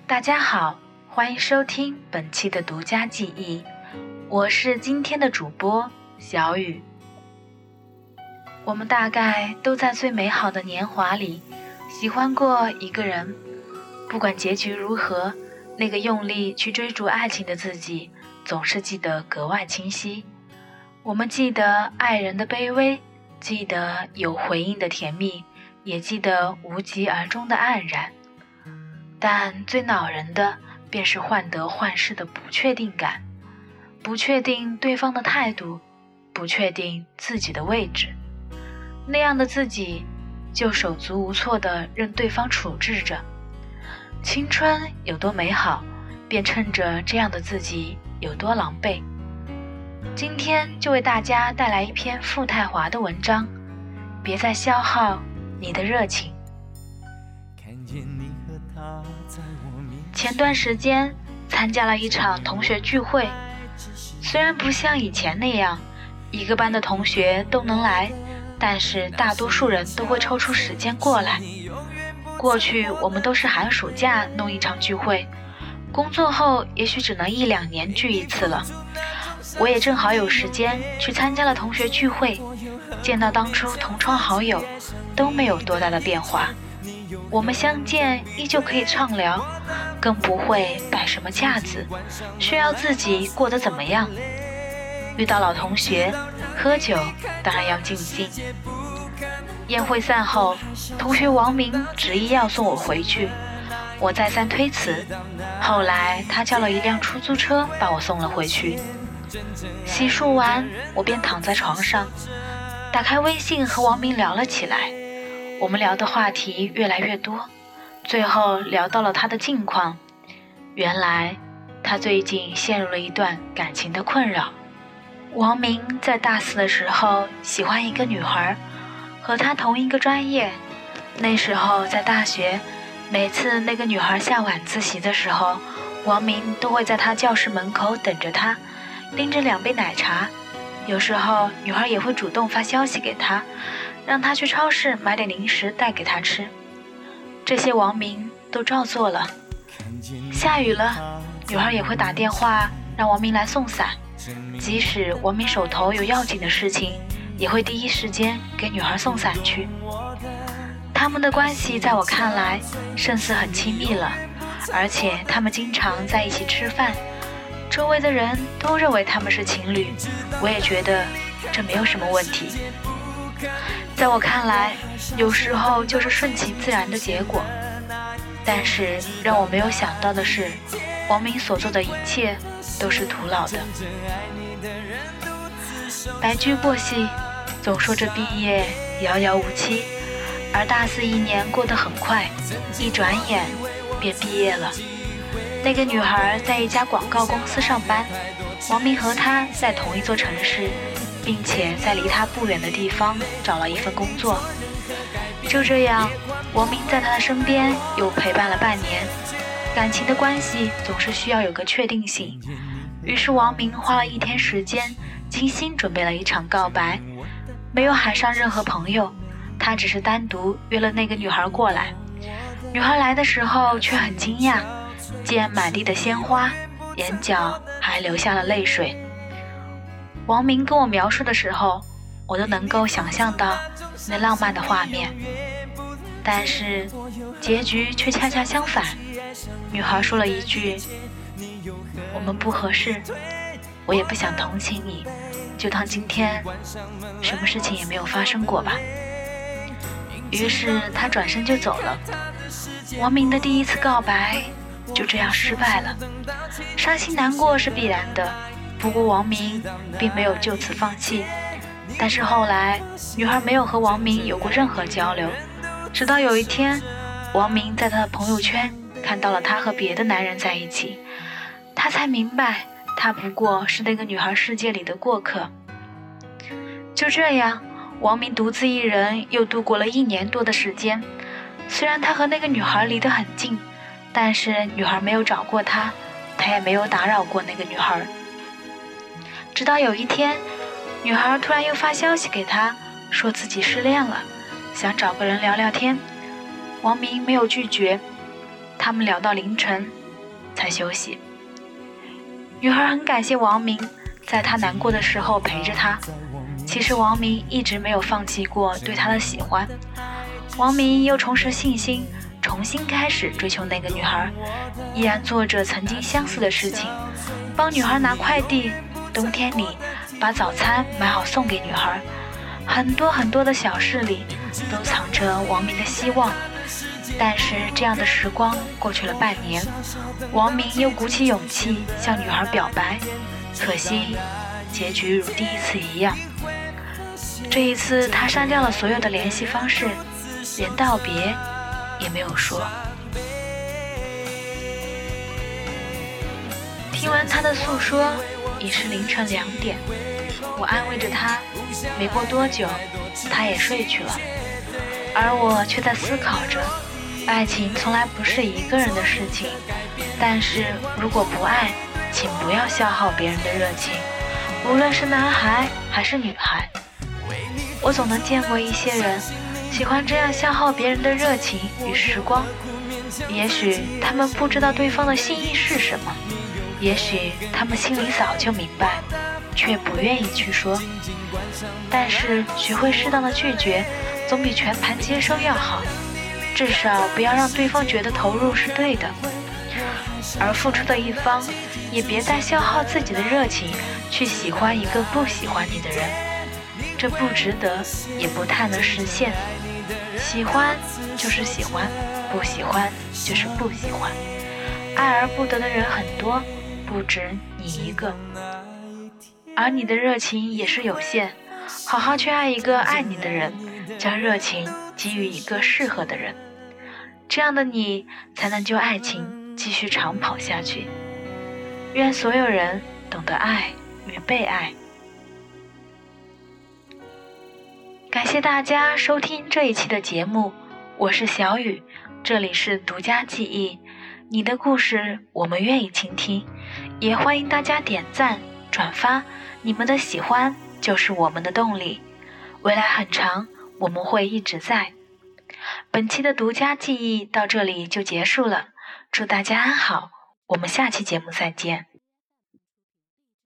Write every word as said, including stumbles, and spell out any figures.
大家好，欢迎收听本期的独家记忆，我是今天的主播小雨。我们大概都在最美好的年华里喜欢过一个人，不管结局如何，那个用力去追逐爱情的自己总是记得格外清晰。我们记得爱人的卑微，记得有回应的甜蜜，也记得无疾而终的黯然。但最恼人的便是患得患失的不确定感，不确定对方的态度，不确定自己的位置。那样的自己就手足无措地任对方处置着。青春有多美好，便趁着这样的自己有多狼狈。今天就为大家带来一篇傅太华的文章，别再消耗你的热情。前段时间参加了一场同学聚会，虽然不像以前那样一个班的同学都能来，但是大多数人都会抽出时间过来。过去我们都是寒暑假弄一场聚会，工作后也许只能一两年聚一次了。我也正好有时间去参加了同学聚会，见到当初同窗好友都没有多大的变化，我们相见依旧可以畅聊，更不会摆什么架子，炫耀自己过得怎么样。遇到老同学，喝酒当然要尽兴。宴会散后，同学王明执意要送我回去，我再三推辞，后来他叫了一辆出租车把我送了回去。洗漱完，我便躺在床上，打开微信和王明聊了起来。我们聊的话题越来越多，最后聊到了他的近况。原来他最近陷入了一段感情的困扰。王明在大四的时候喜欢一个女孩，和她同一个专业。那时候在大学，每次那个女孩下晚自习的时候，王明都会在她教室门口等着她，拎着两杯奶茶。有时候女孩也会主动发消息给他，让他去超市买点零食带给他吃。这些王明都照做了。下雨了，女孩也会打电话让王明来送伞，即使王明手头有要紧的事情，也会第一时间给女孩送伞去。他们的关系在我看来胜似很亲密了，而且他们经常在一起吃饭，周围的人都认为他们是情侣，我也觉得这没有什么问题。在我看来，有时候就是顺其自然的结果。但是让我没有想到的是，王明所做的一切都是徒劳的。白驹过隙，总说着毕业遥遥无期，而大四一年过得很快，一转眼便毕业了。那个女孩在一家广告公司上班，王明和她在同一座城市，并且在离他不远的地方找了一份工作。就这样，王明在他的身边又陪伴了半年。感情的关系总是需要有个确定性，于是王明花了一天时间，精心准备了一场告白，没有喊上任何朋友，他只是单独约了那个女孩过来。女孩来的时候却很惊讶，见满地的鲜花，眼角还流下了泪水。王明跟我描述的时候，我都能够想象到那浪漫的画面，但是结局却恰恰相反。女孩说了一句：我们不合适，我也不想同情你，就当今天什么事情也没有发生过吧。于是她转身就走了。王明的第一次告白就这样失败了，伤心难过是必然的，不过王明并没有就此放弃。但是后来女孩没有和王明有过任何交流，直到有一天，王明在他的朋友圈看到了他和别的男人在一起，他才明白他不过是那个女孩世界里的过客。就这样，王明独自一人又度过了一年多的时间。虽然他和那个女孩离得很近，但是女孩没有找过他，他也没有打扰过那个女孩。直到有一天，女孩突然又发消息给他，说自己失恋了，想找个人聊聊天。王明没有拒绝， 他们聊到凌晨才休息。女孩很感谢王明在她难过的时候陪着她，其实王明一直没有放弃过对她的喜欢。王明又重拾信心，重新开始追求那个女孩，依然做着曾经相似的事情，帮女孩拿快递，冬天里把早餐买好送给女孩。很多很多的小事里都藏着王明的希望。但是这样的时光过去了半年，王明又鼓起勇气向女孩表白，可惜结局如第一次一样。这一次他删掉了所有的联系方式，连道别也没有说。听完他的诉说，已是凌晨两点，我安慰着他，没过多久他也睡去了，而我却在思考着，爱情从来不是一个人的事情，但是如果不爱，请不要消耗别人的热情，无论是男孩还是女孩。我总能见过一些人喜欢这样消耗别人的热情与时光，也许他们不知道对方的心意是什么，也许他们心里早就明白，却不愿意去说。但是学会适当的拒绝，总比全盘接收要好，至少不要让对方觉得投入是对的，而付出的一方也别再消耗自己的热情去喜欢一个不喜欢你的人，这不值得，也不太能实现。喜欢就是喜欢，不喜欢就是不喜欢，爱而不得的人很多，不止你一个，而你的热情也是有限，好好去爱一个爱你的人，将热情给予一个适合的人，这样的你才能就爱情继续长跑下去。愿所有人懂得爱与被爱。感谢大家收听这一期的节目，我是小雨，这里是独家记忆，你的故事我们愿意倾听，也欢迎大家点赞转发，你们的喜欢就是我们的动力，未来很长，我们会一直在。本期的独家记忆到这里就结束了，祝大家安好，我们下期节目再见。